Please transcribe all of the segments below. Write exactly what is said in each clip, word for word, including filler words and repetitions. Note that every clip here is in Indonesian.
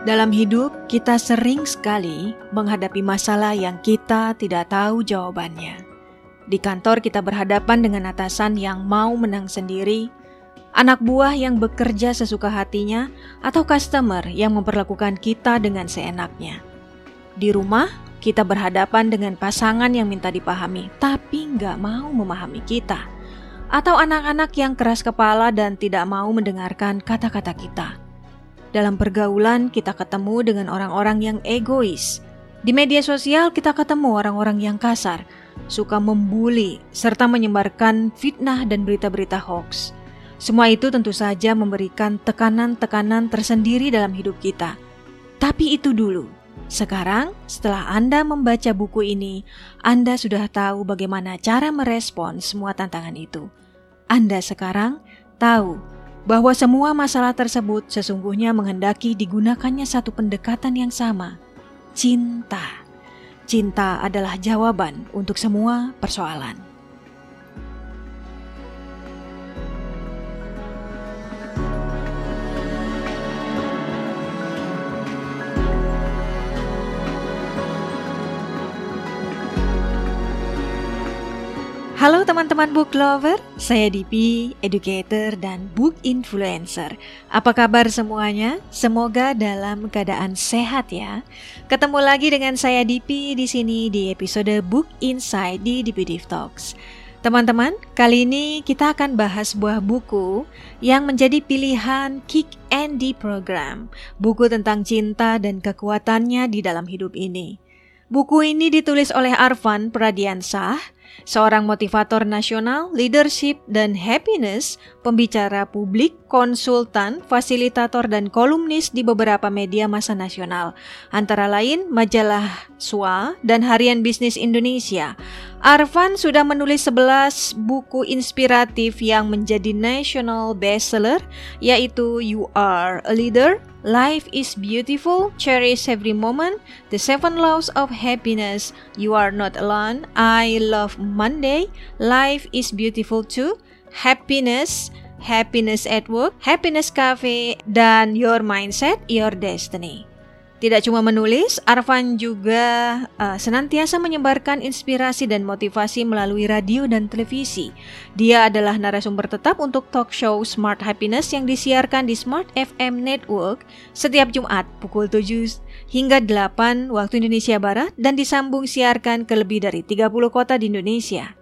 Dalam hidup, kita sering sekali menghadapi masalah yang kita tidak tahu jawabannya. Di kantor kita berhadapan dengan atasan yang mau menang sendiri, anak buah yang bekerja sesuka hatinya, atau customer yang memperlakukan kita dengan seenaknya. Di rumah, kita berhadapan dengan pasangan yang minta dipahami, tapi nggak mau memahami kita. Atau anak-anak yang keras kepala dan tidak mau mendengarkan kata-kata kita. Dalam pergaulan, kita ketemu dengan orang-orang yang egois. Di media sosial, kita ketemu orang-orang yang kasar, suka membuli, serta menyebarkan fitnah dan berita-berita hoax. Semua itu tentu saja memberikan tekanan-tekanan tersendiri dalam hidup kita. Tapi itu dulu. Sekarang, setelah Anda membaca buku ini, Anda sudah tahu bagaimana cara merespon semua tantangan itu. Anda sekarang tahu bahwa semua masalah tersebut sesungguhnya menghendaki digunakannya satu pendekatan yang sama, cinta. Cinta adalah jawaban untuk semua persoalan. Halo teman-teman book lover, saya Dipi, educator dan book influencer. Apa kabar semuanya? Semoga dalam keadaan sehat ya. Ketemu lagi dengan saya Dipi di sini di episode Book Insight di Dipi Div Talks. Teman-teman, kali ini kita akan bahas sebuah buku yang menjadi pilihan Kick and D program. Buku tentang cinta dan kekuatannya di dalam hidup ini. Buku ini ditulis oleh Arfan Pradiansah, seorang motivator nasional, leadership dan happiness, pembicara publik, konsultan, fasilitator dan kolumnis di beberapa media massa nasional, antara lain majalah S W A dan Harian Bisnis Indonesia. Arfan sudah menulis sebelas buku inspiratif yang menjadi national bestseller, yaitu You Are a Leader, Life is Beautiful, Cherish Every Moment, The Seven Laws of Happiness, You Are Not Alone, I Love Monday, Life is Beautiful Too, Happiness, Happiness at Work, Happiness Cafe, dan Your Mindset, Your Destiny. Tidak cuma menulis, Arfan juga uh, senantiasa menyebarkan inspirasi dan motivasi melalui radio dan televisi. Dia adalah narasumber tetap untuk talk show Smart Happiness yang disiarkan di Smart F M Network setiap Jumat pukul tujuh hingga delapan waktu Indonesia Barat dan disambung siarkan ke lebih dari tiga puluh kota di Indonesia.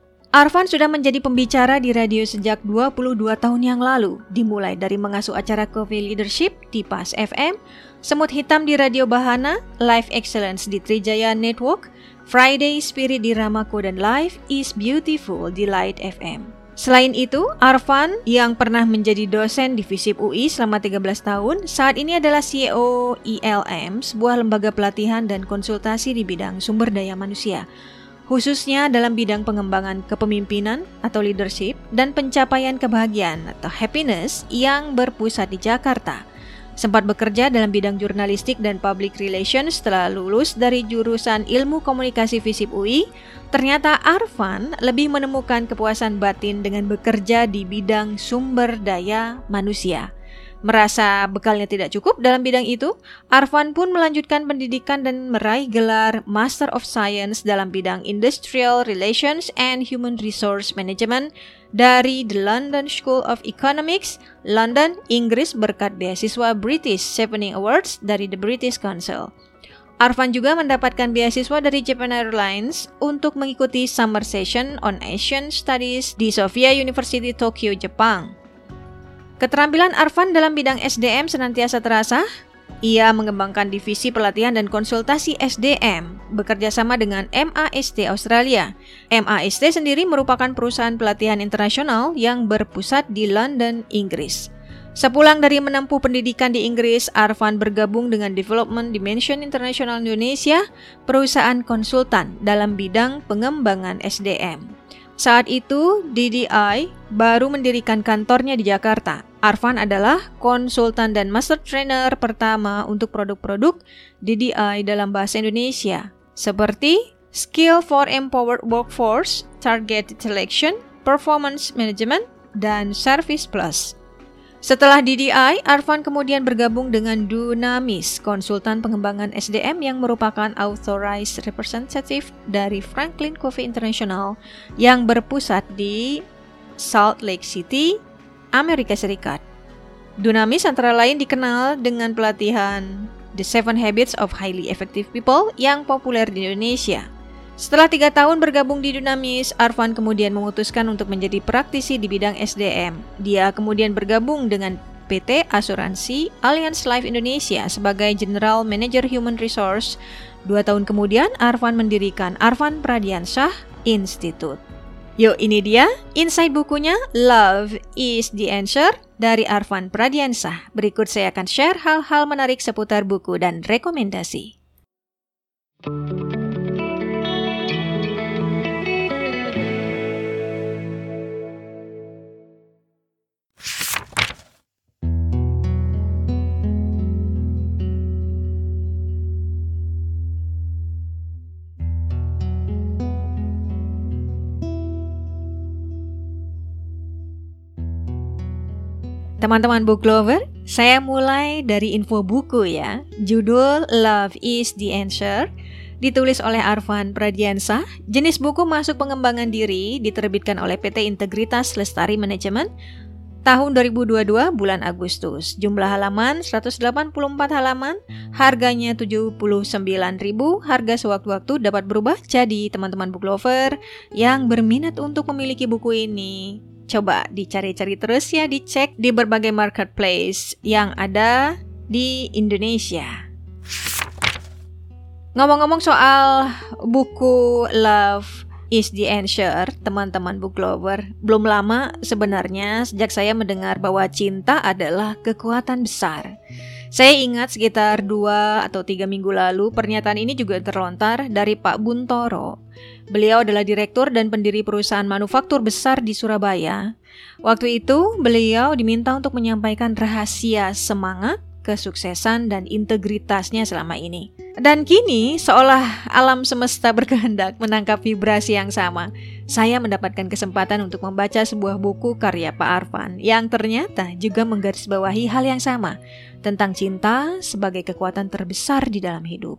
Arfan sudah menjadi pembicara di radio sejak dua puluh dua tahun yang lalu, dimulai dari mengasuh acara Coffee Leadership di P A S F M, Semut Hitam di Radio Bahana, Life Excellence di Trijaya Network, Friday Spirit di Ramako dan Life is Beautiful di Light F M. Selain itu, Arfan yang pernah menjadi dosen di FISIP U I selama tiga belas tahun, saat ini adalah C E O I L M, sebuah lembaga pelatihan dan konsultasi di bidang sumber daya manusia, khususnya dalam bidang pengembangan kepemimpinan atau leadership dan pencapaian kebahagiaan atau happiness yang berpusat di Jakarta. Sempat bekerja dalam bidang jurnalistik dan public relations setelah lulus dari jurusan Ilmu Komunikasi FISIP U I, ternyata Arfan lebih menemukan kepuasan batin dengan bekerja di bidang sumber daya manusia. Merasa bekalnya tidak cukup dalam bidang itu, Arfan pun melanjutkan pendidikan dan meraih gelar Master of Science dalam bidang Industrial Relations and Human Resource Management dari The London School of Economics, London, Inggris berkat beasiswa British Chevening Awards dari The British Council. Arfan juga mendapatkan beasiswa dari Japan Airlines untuk mengikuti Summer Session on Asian Studies di Sophia University, Tokyo, Jepang. Keterampilan Arfan dalam bidang S D M senantiasa terasa. Ia mengembangkan divisi pelatihan dan konsultasi S D M, bekerja sama dengan M A S T Australia. M A S T sendiri merupakan perusahaan pelatihan internasional yang berpusat di London, Inggris. Sepulang dari menempuh pendidikan di Inggris, Arfan bergabung dengan Development Dimension International Indonesia, perusahaan konsultan dalam bidang pengembangan S D M. Saat itu, D D I baru mendirikan kantornya di Jakarta. Arfan adalah konsultan dan master trainer pertama untuk produk-produk D D I dalam bahasa Indonesia, seperti Skill for Empowered Workforce, Targeted Selection, Performance Management, dan Service Plus. Setelah D D I, Arfan kemudian bergabung dengan Dunamis, konsultan pengembangan S D M yang merupakan authorized representative dari Franklin Covey International yang berpusat di Salt Lake City, Amerika Serikat. Dunamis antara lain dikenal dengan pelatihan The Seven Habits of Highly Effective People yang populer di Indonesia. Setelah tiga tahun bergabung di Dunamis, Arfan kemudian memutuskan untuk menjadi praktisi di bidang S D M. Dia kemudian bergabung dengan P T Asuransi Allianz Life Indonesia sebagai General Manager Human Resource. Dua tahun kemudian, Arfan mendirikan Arfan Pradiansyah Institute. Yuk, ini dia insight bukunya Love is the Answer dari Arfan Pradiansyah. Berikut saya akan share hal-hal menarik seputar buku dan rekomendasi. Teman-teman book lover, saya mulai dari info buku ya. Judul Love is the Answer, ditulis oleh Arfan Pradiansyah. Jenis buku masuk pengembangan diri, diterbitkan oleh P T Integritas Lestari Manajemen, tahun dua ribu dua puluh dua bulan Agustus. Jumlah halaman seratus delapan puluh empat halaman, harganya tujuh puluh sembilan ribu. Harga sewaktu-waktu dapat berubah. Jadi teman-teman book lover yang berminat untuk memiliki buku ini, coba dicari-cari terus ya, dicek di berbagai marketplace yang ada di Indonesia. Ngomong-ngomong soal buku Love is the Answer, teman-teman book lover, belum lama sebenarnya sejak saya mendengar bahwa cinta adalah kekuatan besar. Saya ingat sekitar dua atau tiga minggu lalu pernyataan ini juga terlontar dari Pak Buntoro. Beliau adalah direktur dan pendiri perusahaan manufaktur besar di Surabaya. Waktu itu beliau diminta untuk menyampaikan rahasia semangat, kesuksesan, dan integritasnya selama ini. Dan kini seolah alam semesta berkehendak menangkap vibrasi yang sama. Saya mendapatkan kesempatan untuk membaca sebuah buku karya Pak Arfan yang ternyata juga menggarisbawahi hal yang sama tentang cinta sebagai kekuatan terbesar di dalam hidup.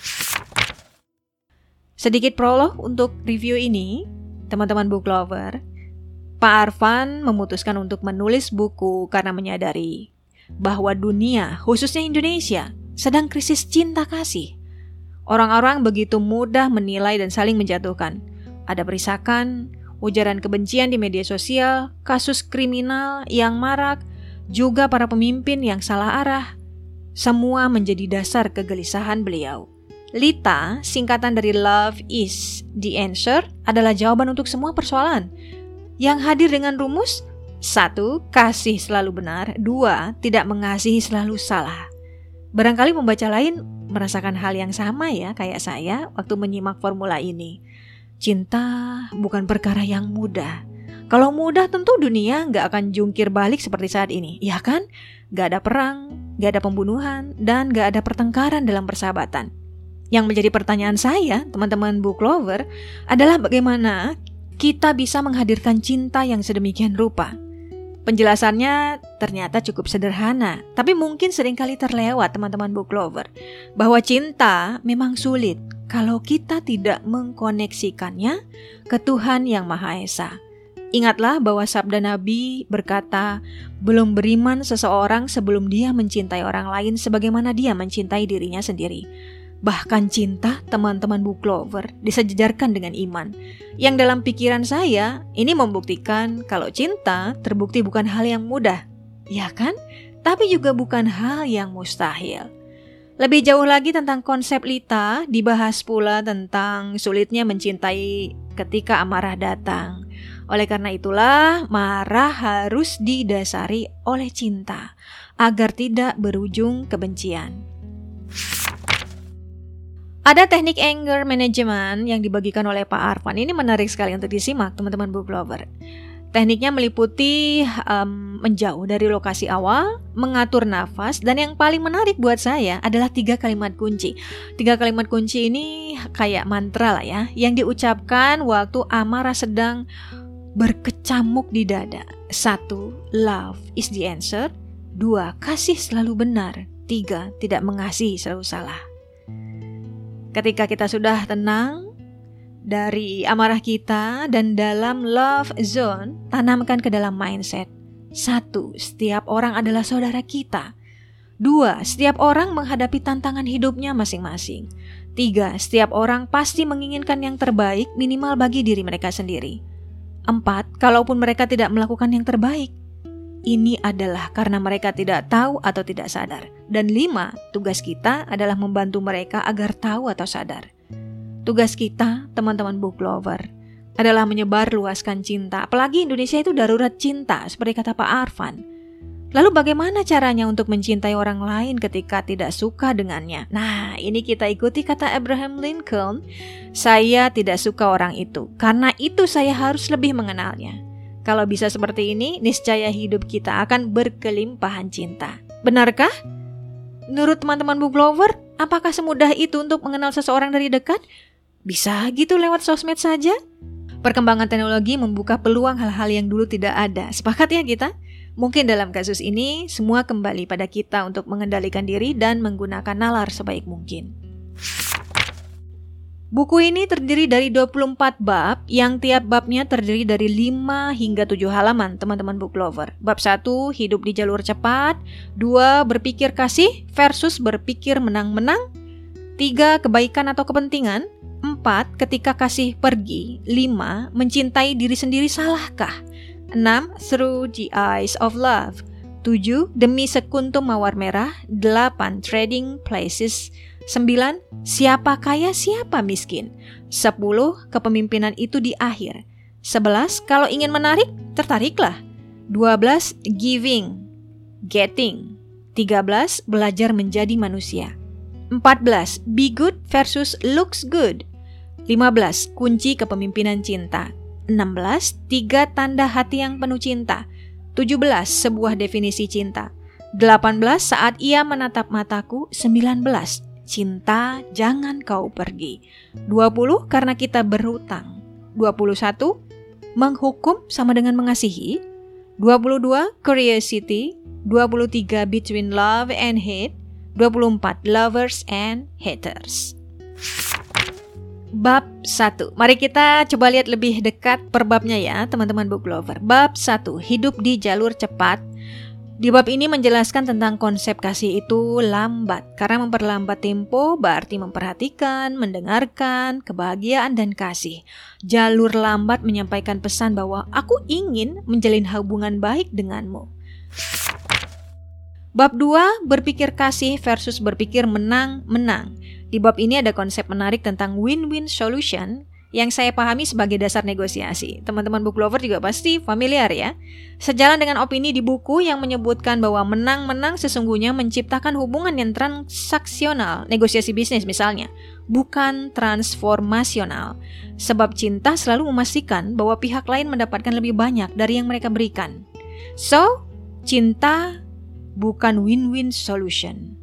Sedikit prolog untuk review ini, teman-teman book lover. Pak Arfan memutuskan untuk menulis buku karena menyadari bahwa dunia, khususnya Indonesia, sedang krisis cinta kasih. Orang-orang begitu mudah menilai dan saling menjatuhkan. Ada berisakan, ujaran kebencian di media sosial, kasus kriminal yang marak, juga para pemimpin yang salah arah. Semua menjadi dasar kegelisahan beliau. Lita, singkatan dari Love is the Answer, adalah jawaban untuk semua persoalan. Yang hadir dengan rumus, satu, kasih selalu benar. Dua, tidak mengasihi selalu salah. Barangkali pembaca lain merasakan hal yang sama ya, kayak saya waktu menyimak formula ini. Cinta bukan perkara yang mudah. Kalau mudah tentu dunia gak akan jungkir balik seperti saat ini, ya kan? Gak ada perang, gak ada pembunuhan, dan gak ada pertengkaran dalam persahabatan. Yang menjadi pertanyaan saya, teman-teman book lover, adalah bagaimana kita bisa menghadirkan cinta yang sedemikian rupa. Penjelasannya ternyata cukup sederhana, tapi mungkin seringkali terlewat teman-teman book lover, bahwa cinta memang sulit kalau kita tidak mengkoneksikannya ke Tuhan Yang Maha Esa. Ingatlah bahwa sabda Nabi berkata, belum beriman seseorang sebelum dia mencintai orang lain sebagaimana dia mencintai dirinya sendiri. Bahkan cinta, teman-teman book lover, disejajarkan dengan iman. Yang dalam pikiran saya, ini membuktikan kalau cinta terbukti bukan hal yang mudah, ya kan? Tapi juga bukan hal yang mustahil. Lebih jauh lagi tentang konsep Lita, dibahas pula tentang sulitnya mencintai ketika amarah datang. Oleh karena itulah, marah harus didasari oleh cinta, agar tidak berujung kebencian. Ada teknik anger management yang dibagikan oleh Pak Arfan. Ini menarik sekali untuk disimak teman-teman book lover. Tekniknya meliputi um, menjauh dari lokasi awal, mengatur nafas, dan yang paling menarik buat saya adalah tiga kalimat kunci. Tiga kalimat kunci ini kayak mantra lah ya, yang diucapkan waktu amarah sedang berkecamuk di dada. Satu, love is the answer. Dua, kasih selalu benar. Tiga, tidak mengasihi selalu salah. Ketika kita sudah tenang dari amarah kita dan dalam love zone, tanamkan ke dalam mindset. Satu, setiap orang adalah saudara kita. Dua, setiap orang menghadapi tantangan hidupnya masing-masing. Tiga, setiap orang pasti menginginkan yang terbaik minimal bagi diri mereka sendiri. Empat, kalaupun mereka tidak melakukan yang terbaik, ini adalah karena mereka tidak tahu atau tidak sadar. Dan lima, tugas kita adalah membantu mereka agar tahu atau sadar. Tugas kita, teman-teman book lover, adalah menyebar luaskan cinta. Apalagi Indonesia itu darurat cinta, seperti kata Pak Arfan. Lalu bagaimana caranya untuk mencintai orang lain ketika tidak suka dengannya? Nah, ini kita ikuti kata Abraham Lincoln, saya tidak suka orang itu, karena itu saya harus lebih mengenalnya. Kalau bisa seperti ini, niscaya hidup kita akan berkelimpahan cinta. Benarkah? Menurut teman-teman book lover, apakah semudah itu untuk mengenal seseorang dari dekat? Bisa gitu lewat sosmed saja? Perkembangan teknologi membuka peluang hal-hal yang dulu tidak ada. Sepakat ya kita? Mungkin dalam kasus ini, semua kembali pada kita untuk mengendalikan diri dan menggunakan nalar sebaik mungkin. Buku ini terdiri dari dua puluh empat bab, yang tiap babnya terdiri dari lima hingga tujuh halaman, teman-teman book lover. Bab satu, hidup di jalur cepat. Dua, berpikir kasih versus berpikir menang-menang. Tiga, kebaikan atau kepentingan. Empat, ketika kasih pergi. Lima, mencintai diri sendiri salahkah? Enam, through the eyes of love. Tujuh, demi sekuntum mawar merah. Delapan, trading places. Sembilan, siapa kaya siapa miskin. Sepuluh, kepemimpinan itu di akhir. Sebelas, kalau ingin menarik, tertariklah. Dua belas, giving, getting. Tiga belas, belajar menjadi manusia. Empat belas, be good versus looks good. Lima belas, kunci kepemimpinan cinta. Enam belas, tiga tanda hati yang penuh cinta. Tujuh belas, sebuah definisi cinta. Delapan belas, saat ia menatap mataku. Sembilan belas, cinta jangan kau pergi. Dua puluh, karena kita berhutang. Dua puluh satu, menghukum sama dengan mengasihi. Dua puluh dua, curiosity. Dua puluh tiga, between love and hate. Dua puluh empat, lovers and haters. Bab satu. Mari kita coba lihat lebih dekat per babnya ya, teman-teman book lover. Bab satu, hidup di jalur cepat. Di bab ini menjelaskan tentang konsep kasih itu lambat. Karena memperlambat tempo berarti memperhatikan, mendengarkan, kebahagiaan dan kasih. Jalur lambat menyampaikan pesan bahwa aku ingin menjalin hubungan baik denganmu. Bab dua, berpikir kasih versus berpikir menang-menang. Di bab ini ada konsep menarik tentang win-win solution yang saya pahami sebagai dasar negosiasi. Teman-teman book lover juga pasti familiar ya. Sejalan dengan opini di buku yang menyebutkan bahwa menang-menang sesungguhnya menciptakan hubungan yang transaksional, negosiasi bisnis misalnya, bukan transformasional. Sebab cinta selalu memastikan bahwa pihak lain mendapatkan lebih banyak dari yang mereka berikan. So, cinta bukan win-win solution.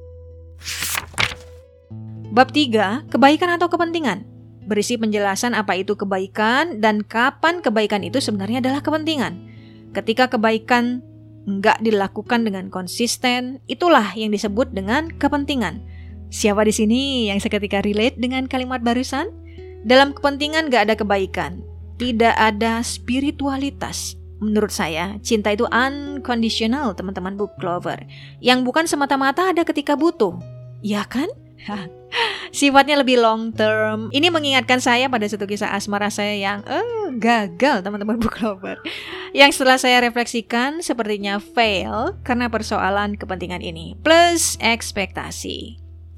Bab tiga, kebaikan atau kepentingan. Berisi penjelasan apa itu kebaikan dan kapan kebaikan itu sebenarnya adalah kepentingan. Ketika kebaikan enggak dilakukan dengan konsisten, itulah yang disebut dengan kepentingan. Siapa di sini yang seketika relate dengan kalimat barusan? Dalam kepentingan enggak ada kebaikan, tidak ada spiritualitas. Menurut saya, cinta itu unconditional, teman-teman book lover, yang bukan semata-mata ada ketika butuh. Ya kan? Sifatnya lebih long term. Ini mengingatkan saya pada satu kisah asmara saya yang eh, gagal, teman-teman book lover, yang setelah saya refleksikan sepertinya fail karena persoalan kepentingan ini plus ekspektasi.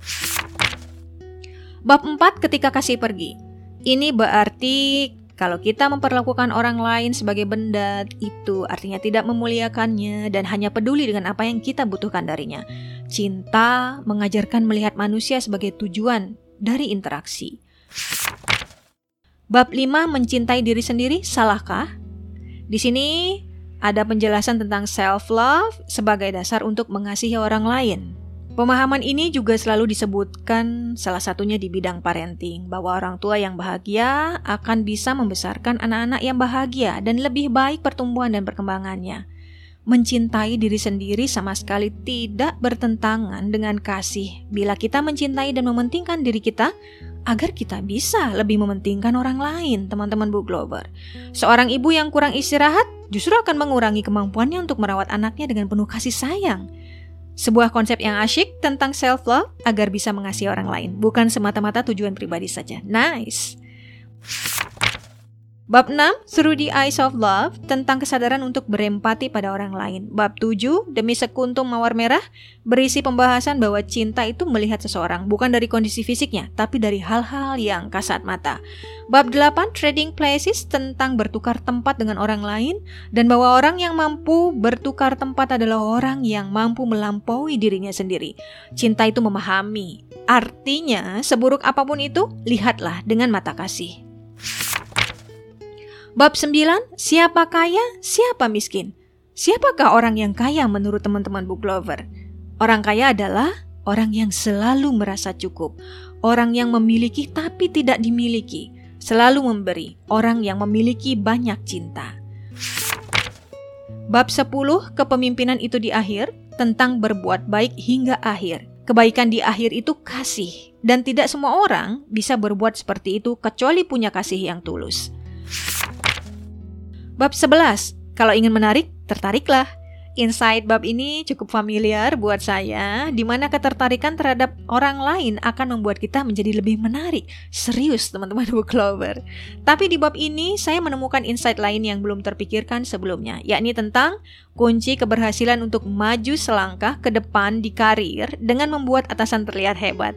Bab empat, ketika kasih pergi. Ini berarti kalau kita memperlakukan orang lain sebagai benda, itu artinya tidak memuliakannya dan hanya peduli dengan apa yang kita butuhkan darinya. Cinta mengajarkan melihat manusia sebagai tujuan dari interaksi. Bab lima, mencintai diri sendiri, salahkah? Di sini ada penjelasan tentang self-love sebagai dasar untuk mengasihi orang lain. Pemahaman ini juga selalu disebutkan salah satunya di bidang parenting, bahwa orang tua yang bahagia akan bisa membesarkan anak-anak yang bahagia dan lebih baik pertumbuhan dan perkembangannya. Mencintai diri sendiri sama sekali tidak bertentangan dengan kasih bila kita mencintai dan mementingkan diri kita agar kita bisa lebih mementingkan orang lain, teman-teman Book Lover. Seorang ibu yang kurang istirahat justru akan mengurangi kemampuannya untuk merawat anaknya dengan penuh kasih sayang. Sebuah konsep yang asyik tentang self-love agar bisa mengasihi orang lain, bukan semata-mata tujuan pribadi saja. Nice! Bab enam, Through the Eyes of Love, tentang kesadaran untuk berempati pada orang lain. Bab tujuh, Demi Sekuntum Mawar Merah, berisi pembahasan bahwa cinta itu melihat seseorang bukan dari kondisi fisiknya, tapi dari hal-hal yang kasat mata. Bab delapan, Trading Places, tentang bertukar tempat dengan orang lain, dan bahwa orang yang mampu bertukar tempat adalah orang yang mampu melampaui dirinya sendiri. Cinta itu memahami. Artinya, seburuk apapun itu, lihatlah dengan mata kasih. Bab sembilan, Siapa kaya, siapa miskin? Siapakah orang yang kaya menurut teman-teman Book Lover? Orang kaya adalah orang yang selalu merasa cukup, orang yang memiliki tapi tidak dimiliki, selalu memberi, orang yang memiliki banyak cinta. Bab sepuluh, Kepemimpinan itu di akhir, tentang berbuat baik hingga akhir. Kebaikan di akhir itu kasih, dan tidak semua orang bisa berbuat seperti itu kecuali punya kasih yang tulus. Bab sebelas, Kalau ingin menarik, tertariklah. Insight bab ini cukup familiar buat saya, di mana ketertarikan terhadap orang lain akan membuat kita menjadi lebih menarik. Serius teman-teman Book Lover. Tapi di bab ini saya menemukan insight lain yang belum terpikirkan sebelumnya, yakni tentang kunci keberhasilan untuk maju selangkah ke depan di karir dengan membuat atasan terlihat hebat.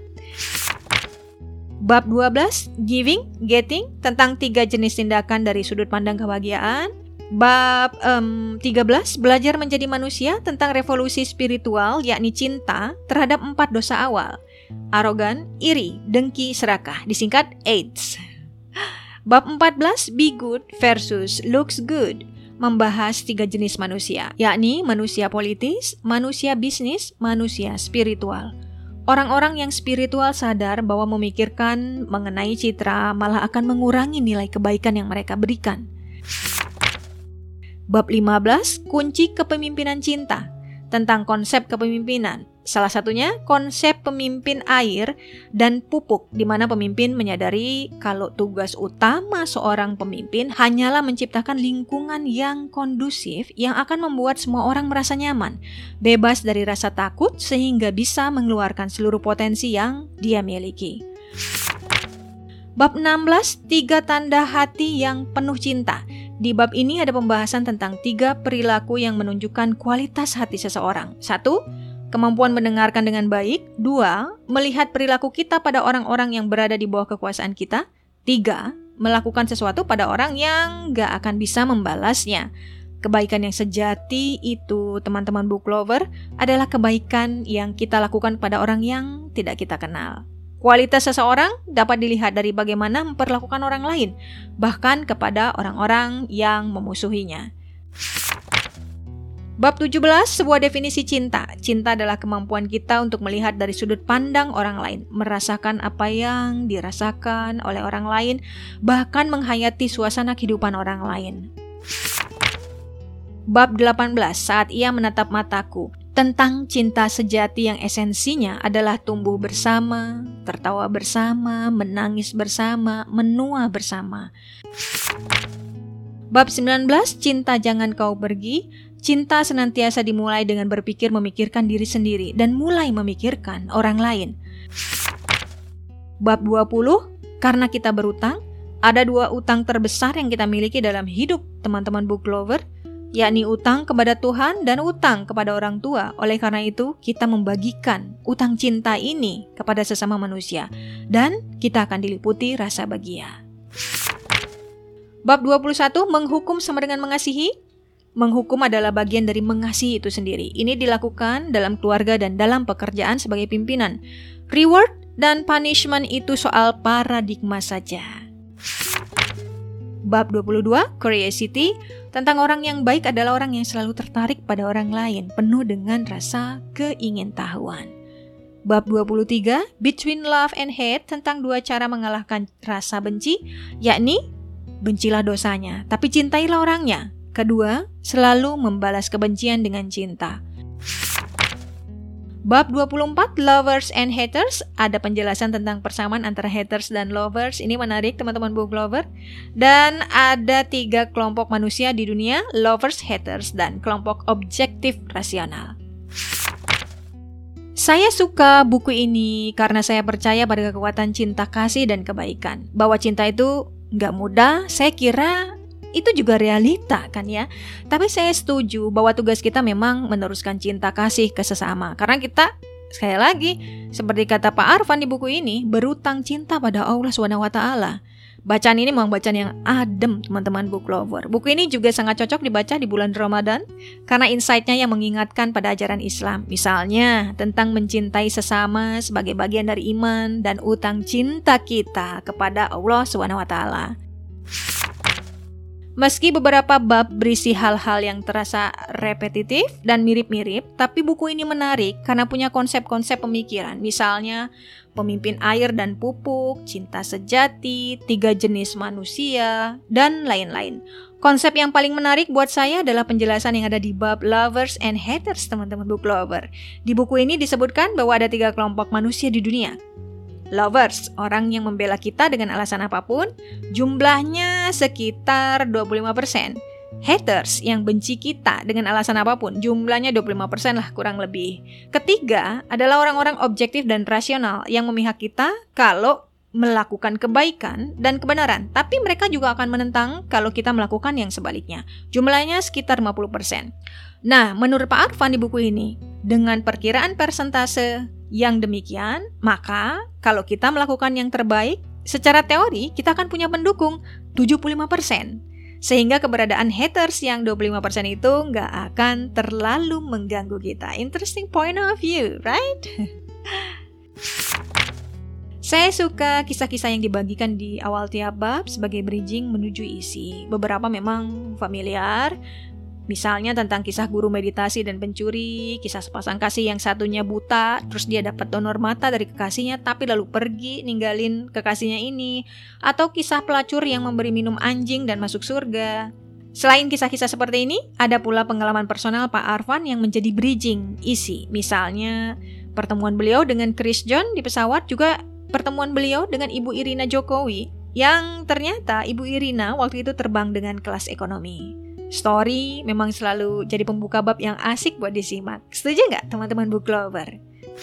Bab dua belas, Giving, Getting, tentang tiga jenis tindakan dari sudut pandang kebahagiaan. Bab um, tiga belas, Belajar menjadi manusia, tentang revolusi spiritual, yakni cinta terhadap empat dosa awal. Arogan, iri, dengki, serakah, disingkat AIDS. Bab empat belas, Be Good versus Looks Good, membahas tiga jenis manusia, yakni manusia politis, manusia bisnis, manusia spiritual. Orang-orang yang spiritual sadar bahwa memikirkan mengenai citra malah akan mengurangi nilai kebaikan yang mereka berikan. Bab lima belas, Kunci Kepemimpinan Cinta, tentang konsep kepemimpinan. Salah satunya konsep pemimpin air dan pupuk, di mana pemimpin menyadari kalau tugas utama seorang pemimpin hanyalah menciptakan lingkungan yang kondusif yang akan membuat semua orang merasa nyaman, bebas dari rasa takut sehingga bisa mengeluarkan seluruh potensi yang dia miliki. Bab enam belas, Tiga Tanda Hati yang Penuh Cinta. Di bab ini ada pembahasan tentang tiga perilaku yang menunjukkan kualitas hati seseorang. Satu, kemampuan mendengarkan dengan baik. Dua, melihat perilaku kita pada orang-orang yang berada di bawah kekuasaan kita. Tiga, melakukan sesuatu pada orang yang gak akan bisa membalasnya. Kebaikan yang sejati itu, teman-teman Book Lover, adalah kebaikan yang kita lakukan pada orang yang tidak kita kenal. Kualitas seseorang dapat dilihat dari bagaimana memperlakukan orang lain, bahkan kepada orang-orang yang memusuhinya. Bab tujuh belas, Sebuah definisi cinta. Cinta adalah kemampuan kita untuk melihat dari sudut pandang orang lain, merasakan apa yang dirasakan oleh orang lain, bahkan menghayati suasana kehidupan orang lain. Bab delapan belas, Saat Ia Menatap Mataku, tentang cinta sejati yang esensinya adalah tumbuh bersama, tertawa bersama, menangis bersama, menua bersama. Bab sembilan belas, Cinta Jangan Kau Pergi. Cinta senantiasa dimulai dengan berpikir memikirkan diri sendiri dan mulai memikirkan orang lain. Bab dua puluh, Karena Kita Berutang. Ada dua utang terbesar yang kita miliki dalam hidup, teman-teman Book Lover, yakni utang kepada Tuhan dan utang kepada orang tua. Oleh karena itu, kita membagikan utang cinta ini kepada sesama manusia, dan kita akan diliputi rasa bahagia. Bab dua puluh satu, Menghukum sama dengan mengasihi. Menghukum adalah bagian dari mengasihi itu sendiri. Ini dilakukan dalam keluarga dan dalam pekerjaan sebagai pimpinan. Reward dan punishment itu soal paradigma saja. Bab dua puluh dua, Curiosity, tentang orang yang baik adalah orang yang selalu tertarik pada orang lain, penuh dengan rasa keingintahuan. Bab dua puluh tiga, Between Love and Hate, tentang dua cara mengalahkan rasa benci, yakni bencilah dosanya, tapi cintailah orangnya. Kedua, selalu membalas kebencian dengan cinta. Bab dua puluh empat, Lovers and Haters, ada penjelasan tentang persamaan antara haters dan lovers. Ini menarik teman-teman book lover. Dan ada tiga kelompok manusia di dunia, lovers, haters, dan kelompok objektif rasional. Saya suka buku ini karena saya percaya pada kekuatan cinta kasih dan kebaikan. Bahwa cinta itu gak mudah, saya kira itu juga realita kan ya. Tapi saya setuju bahwa tugas kita memang meneruskan cinta kasih ke sesama. Karena kita, sekali lagi, seperti kata Pak Arfan di buku ini, berutang cinta pada Allah subhanahu wa taala. Bacaan ini memang bacaan yang adem teman-teman book lover. Buku ini juga sangat cocok dibaca di bulan Ramadan karena insight-nya yang mengingatkan pada ajaran Islam. Misalnya tentang mencintai sesama sebagai bagian dari iman dan utang cinta kita kepada Allah subhanahu wa taala. Meski beberapa bab berisi hal-hal yang terasa repetitif dan mirip-mirip, tapi buku ini menarik karena punya konsep-konsep pemikiran. Misalnya, pemimpin air dan pupuk, cinta sejati, tiga jenis manusia, dan lain-lain. Konsep yang paling menarik buat saya adalah penjelasan yang ada di bab Lovers and Haters, teman-teman book lover. Di buku ini disebutkan bahwa ada tiga kelompok manusia di dunia. Lovers, orang yang membela kita dengan alasan apapun, jumlahnya sekitar dua puluh lima persen. Haters, yang benci kita dengan alasan apapun, jumlahnya dua puluh lima persen lah kurang lebih. Ketiga, adalah orang-orang objektif dan rasional yang memihak kita kalau melakukan kebaikan dan kebenaran. Tapi mereka juga akan menentang kalau kita melakukan yang sebaliknya. Jumlahnya sekitar lima puluh persen. Nah, menurut Pak Arfan di buku ini, dengan perkiraan persentase yang demikian, maka kalau kita melakukan yang terbaik, secara teori kita akan punya pendukung tujuh puluh lima persen. Sehingga keberadaan haters yang dua puluh lima persen itu nggak akan terlalu mengganggu kita. Interesting point of view, right? Saya suka kisah-kisah yang dibagikan di awal tiap bab sebagai bridging menuju isi. Beberapa memang familiar, misalnya tentang kisah guru meditasi dan pencuri, kisah sepasang kasih yang satunya buta, terus dia dapat donor mata dari kekasihnya tapi lalu pergi ninggalin kekasihnya ini, atau kisah pelacur yang memberi minum anjing dan masuk surga. Selain kisah-kisah seperti ini, ada pula pengalaman personal Pak Arfan yang menjadi bridging isi. Misalnya pertemuan beliau dengan Chris John di pesawat, juga pertemuan beliau dengan Ibu Irina Jokowi, yang ternyata Ibu Irina waktu itu terbang dengan kelas ekonomi. Story memang selalu jadi pembuka bab yang asik buat disimak. Setuju nggak teman-teman book lover?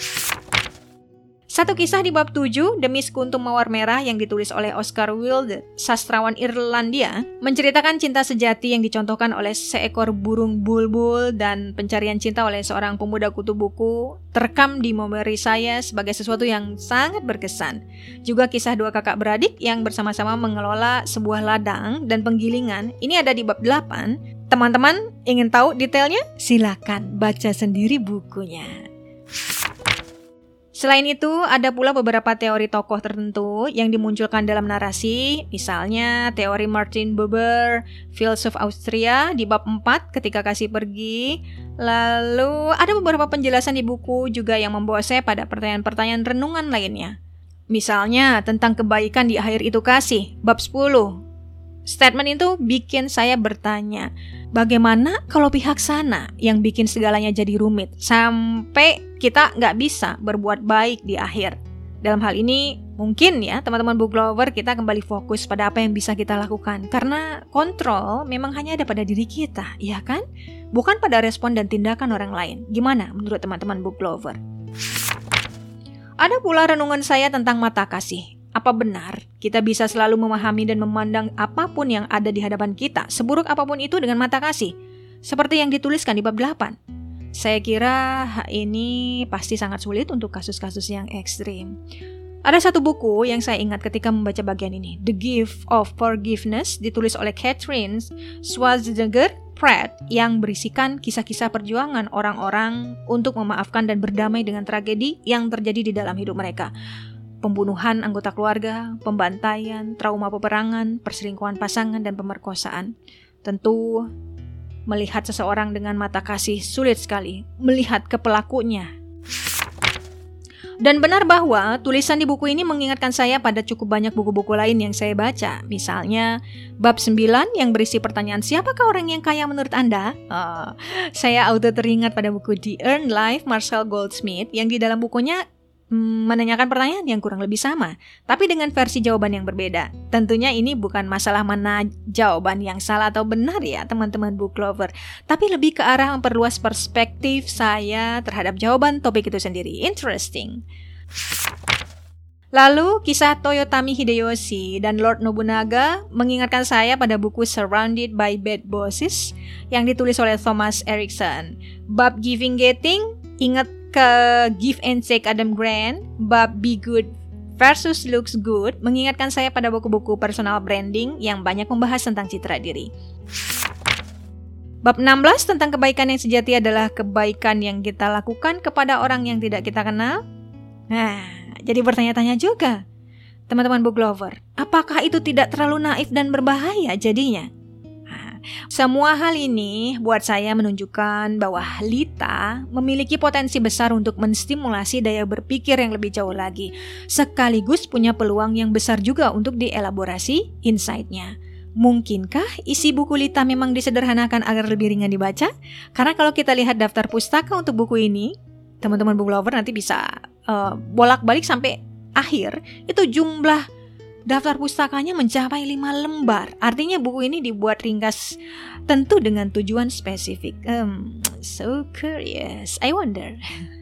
Satu kisah di bab tujuh, Demi Sekuntum Mawar Merah, yang ditulis oleh Oscar Wilde, sastrawan Irlandia, menceritakan cinta sejati yang dicontohkan oleh seekor burung bulbul dan pencarian cinta oleh seorang pemuda kutu buku, terekam di memori saya sebagai sesuatu yang sangat berkesan. Juga kisah dua kakak beradik yang bersama-sama mengelola sebuah ladang dan penggilingan. Ini ada di bab delapan. Teman-teman ingin tahu detailnya? Silakan baca sendiri bukunya. Selain itu, ada pula beberapa teori tokoh tertentu yang dimunculkan dalam narasi, misalnya teori Martin Buber, filsuf Austria di bab empat ketika kasih pergi. Lalu ada beberapa penjelasan di buku juga yang membawa saya pada pertanyaan-pertanyaan renungan lainnya. Misalnya tentang kebaikan di akhir itu kasih, bab sepuluh. Statement itu bikin saya bertanya, bagaimana kalau pihak sana yang bikin segalanya jadi rumit, sampai kita nggak bisa berbuat baik di akhir? Dalam hal ini, mungkin ya teman-teman book lover, kita kembali fokus pada apa yang bisa kita lakukan. Karena kontrol memang hanya ada pada diri kita, ya kan? Bukan pada respon dan tindakan orang lain. Gimana menurut teman-teman book lover? Ada pula renungan saya tentang mata kasih. Apa benar kita bisa selalu memahami dan memandang apapun yang ada di hadapan kita, seburuk apapun itu, dengan mata kasih? Seperti yang dituliskan di bab delapan. Saya kira ini pasti sangat sulit untuk kasus-kasus yang ekstrim. Ada satu buku yang saya ingat ketika membaca bagian ini, The Gift of Forgiveness, ditulis oleh Catherine Schwarzenegger Pratt, yang berisikan kisah-kisah perjuangan orang-orang untuk memaafkan dan berdamai dengan tragedi yang terjadi di dalam hidup mereka. Pembunuhan anggota keluarga, pembantaian, trauma peperangan, perselingkuhan pasangan, dan pemerkosaan. Tentu, melihat seseorang dengan mata kasih sulit sekali melihat ke pelakunya. Dan benar bahwa tulisan di buku ini mengingatkan saya pada cukup banyak buku-buku lain yang saya baca. Misalnya bab sembilan yang berisi pertanyaan siapakah orang yang kaya menurut Anda? Uh, saya auto teringat pada buku The Earned Life Marshall Goldsmith yang di dalam bukunya hmm, menanyakan pertanyaan yang kurang lebih sama, tapi dengan versi jawaban yang berbeda. Tentunya ini bukan masalah mana jawaban yang salah atau benar ya teman-teman book lover, tapi lebih ke arah memperluas perspektif saya terhadap jawaban topik itu sendiri. Interesting. Lalu, kisah Toyotomi Hideyoshi dan Lord Nobunaga mengingatkan saya pada buku Surrounded by Bad Bosses yang ditulis oleh Thomas Erikson. Bab Giving Getting, ingat ke Give and Take Adam Grant. Bab Be Good versus Looks Good mengingatkan saya pada buku-buku personal branding yang banyak membahas tentang citra diri. Bab enam belas tentang kebaikan yang sejati adalah kebaikan yang kita lakukan kepada orang yang tidak kita kenal. Nah, jadi bertanya-tanya juga, teman-teman book lover, apakah itu tidak terlalu naif dan berbahaya jadinya? Nah, semua hal ini buat saya menunjukkan bahwa Lita memiliki potensi besar untuk menstimulasi daya berpikir yang lebih jauh lagi, sekaligus punya peluang yang besar juga untuk dielaborasi insight-nya. Mungkinkah isi buku Lita memang disederhanakan agar lebih ringan dibaca? Karena kalau kita lihat daftar pustaka untuk buku ini, teman-teman book lover nanti bisa uh, bolak-balik sampai akhir, itu jumlah daftar pustakanya mencapai lima lembar. Artinya buku ini dibuat ringkas tentu dengan tujuan spesifik. Um, so curious, I wonder.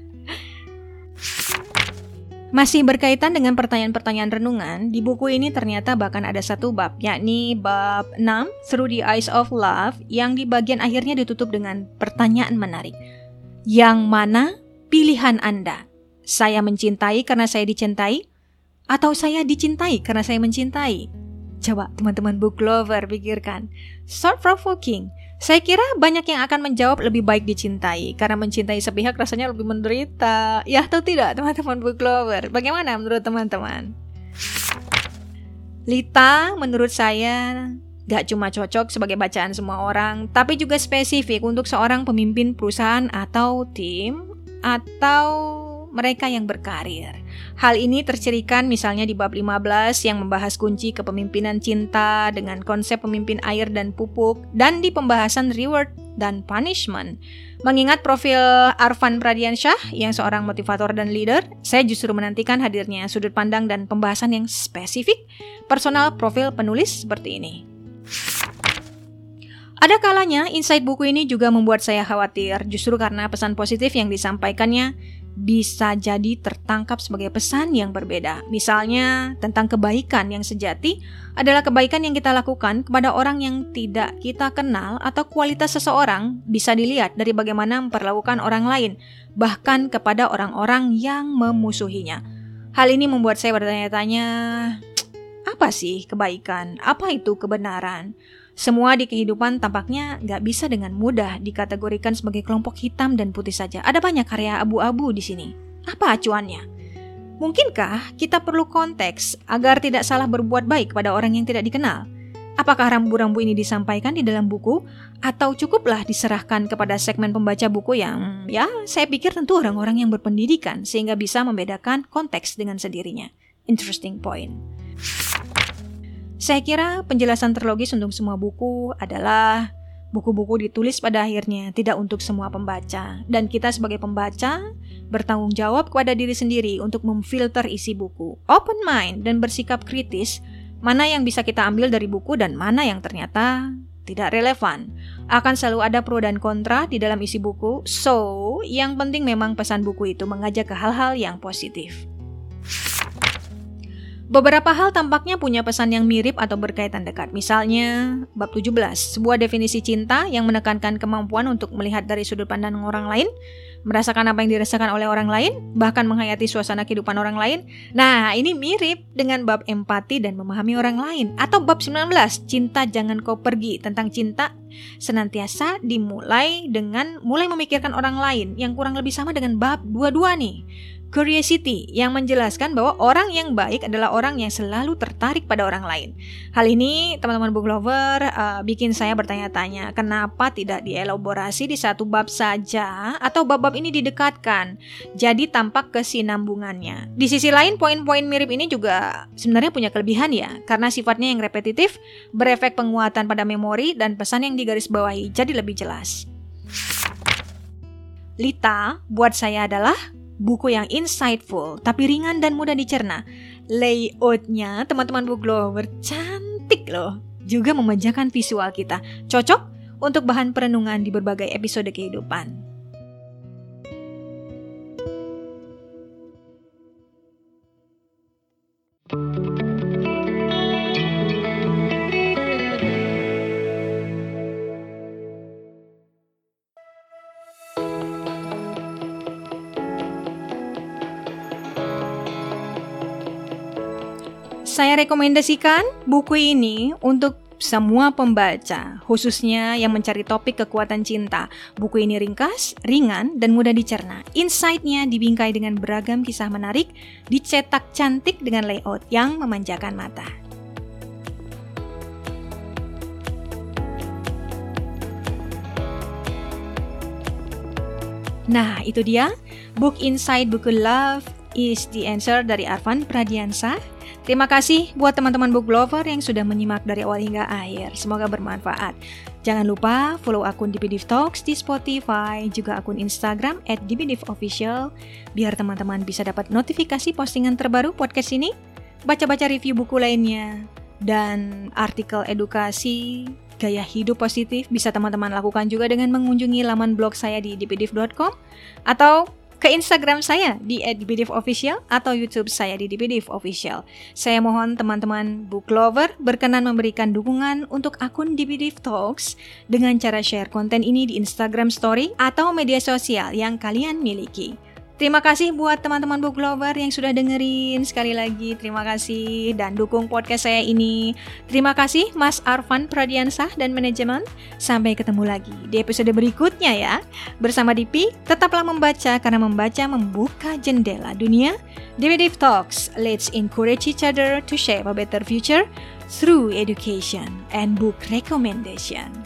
Masih berkaitan dengan pertanyaan-pertanyaan renungan, di buku ini ternyata bahkan ada satu bab, yakni bab enam, Through the Eyes of Love, yang di bagian akhirnya ditutup dengan pertanyaan menarik. Yang mana pilihan Anda? Saya mencintai karena saya dicintai? Atau saya dicintai karena saya mencintai? Coba teman-teman book lover pikirkan. Thought provoking. Saya kira banyak yang akan menjawab lebih baik dicintai, karena mencintai sepihak rasanya lebih menderita. Ya atau tidak teman-teman book lover? Bagaimana menurut teman-teman? Lita menurut saya gak cuma cocok sebagai bacaan semua orang, tapi juga spesifik untuk seorang pemimpin perusahaan atau tim, atau mereka yang berkarir. Hal ini tercirikan misalnya di bab lima belas yang membahas kunci kepemimpinan cinta dengan konsep pemimpin air dan pupuk, dan di pembahasan reward dan punishment. Mengingat profil Arfan Pradiansyah yang seorang motivator dan leader, saya justru menantikan hadirnya sudut pandang dan pembahasan yang spesifik personal profil penulis seperti ini. Ada kalanya insight buku ini juga membuat saya khawatir, justru karena pesan positif yang disampaikannya bisa jadi tertangkap sebagai pesan yang berbeda. Misalnya tentang kebaikan yang sejati adalah kebaikan yang kita lakukan kepada orang yang tidak kita kenal, atau kualitas seseorang bisa dilihat dari bagaimana memperlakukan orang lain, bahkan kepada orang-orang yang memusuhinya. Hal ini membuat saya bertanya-tanya, apa sih kebaikan? Apa itu kebenaran? Semua di kehidupan tampaknya gak bisa dengan mudah dikategorikan sebagai kelompok hitam dan putih saja. Ada banyak karya abu-abu di sini. Apa acuannya? Mungkinkah kita perlu konteks agar tidak salah berbuat baik pada orang yang tidak dikenal? Apakah rambu-rambu ini disampaikan di dalam buku, atau cukuplah diserahkan kepada segmen pembaca buku yang, ya, saya pikir tentu orang-orang yang berpendidikan sehingga bisa membedakan konteks dengan sendirinya. Interesting point. Saya kira penjelasan terlogis untuk semua buku adalah buku-buku ditulis pada akhirnya tidak untuk semua pembaca, dan kita sebagai pembaca bertanggung jawab kepada diri sendiri untuk memfilter isi buku, open mind dan bersikap kritis mana yang bisa kita ambil dari buku dan mana yang ternyata tidak relevan. Akan selalu ada pro dan kontra di dalam isi buku, so yang penting memang pesan buku itu mengajak ke hal-hal yang positif. Beberapa hal tampaknya punya pesan yang mirip atau berkaitan dekat. Misalnya, bab tujuh belas, sebuah definisi cinta yang menekankan kemampuan untuk melihat dari sudut pandang orang lain, merasakan apa yang dirasakan oleh orang lain, bahkan menghayati suasana kehidupan orang lain. Nah, ini mirip dengan bab empati dan memahami orang lain. Atau bab sembilan belas, cinta jangan kau pergi, tentang cinta senantiasa dimulai dengan mulai memikirkan orang lain, yang kurang lebih sama dengan bab dua puluh dua nih. curiosity, yang menjelaskan bahwa orang yang baik adalah orang yang selalu tertarik pada orang lain. Hal ini, teman-teman book lover, uh, bikin saya bertanya-tanya, kenapa tidak dielaborasi di satu bab saja, atau bab-bab ini didekatkan, jadi tampak kesinambungannya. Di sisi lain, poin-poin mirip ini juga sebenarnya punya kelebihan ya, karena sifatnya yang repetitif, berefek penguatan pada memori, dan pesan yang digarisbawahi jadi lebih jelas. Lita, buat saya adalah buku yang insightful, tapi ringan dan mudah dicerna. Layoutnya, teman-teman book lover, cantik loh. Juga memanjakan visual kita. Cocok untuk bahan perenungan di berbagai episode kehidupan. Saya rekomendasikan buku ini untuk semua pembaca, khususnya yang mencari topik kekuatan cinta. Buku ini ringkas, ringan, dan mudah dicerna. Insight-nya dibingkai dengan beragam kisah menarik, dicetak cantik dengan layout yang memanjakan mata. Nah, itu dia Book Insight buku Love is the Answer dari Arvan Pradiansyah. Terima kasih buat teman-teman book lover yang sudah menyimak dari awal hingga akhir. Semoga bermanfaat. Jangan lupa follow akun D P Div Talks di Spotify, juga akun Instagram at D P Div Official, biar teman-teman bisa dapat notifikasi postingan terbaru podcast ini, baca-baca review buku lainnya, dan artikel edukasi gaya hidup positif bisa teman-teman lakukan juga dengan mengunjungi laman blog saya di d p div dot com atau ke Instagram saya di at d p div official atau YouTube saya di D P Div Official. Saya mohon teman-teman book lover berkenan memberikan dukungan untuk akun D P Div Talks dengan cara share konten ini di Instagram Story atau media sosial yang kalian miliki. Terima kasih buat teman-teman book lover yang sudah dengerin. Sekali lagi terima kasih dan dukung podcast saya ini. Terima kasih Mas Arvan Pradiansyah dan manajemen. Sampai ketemu lagi di episode berikutnya ya. Bersama D P, tetaplah membaca karena membaca membuka jendela dunia. D P Div Talks, let's encourage each other to shape a better future through education and book recommendation.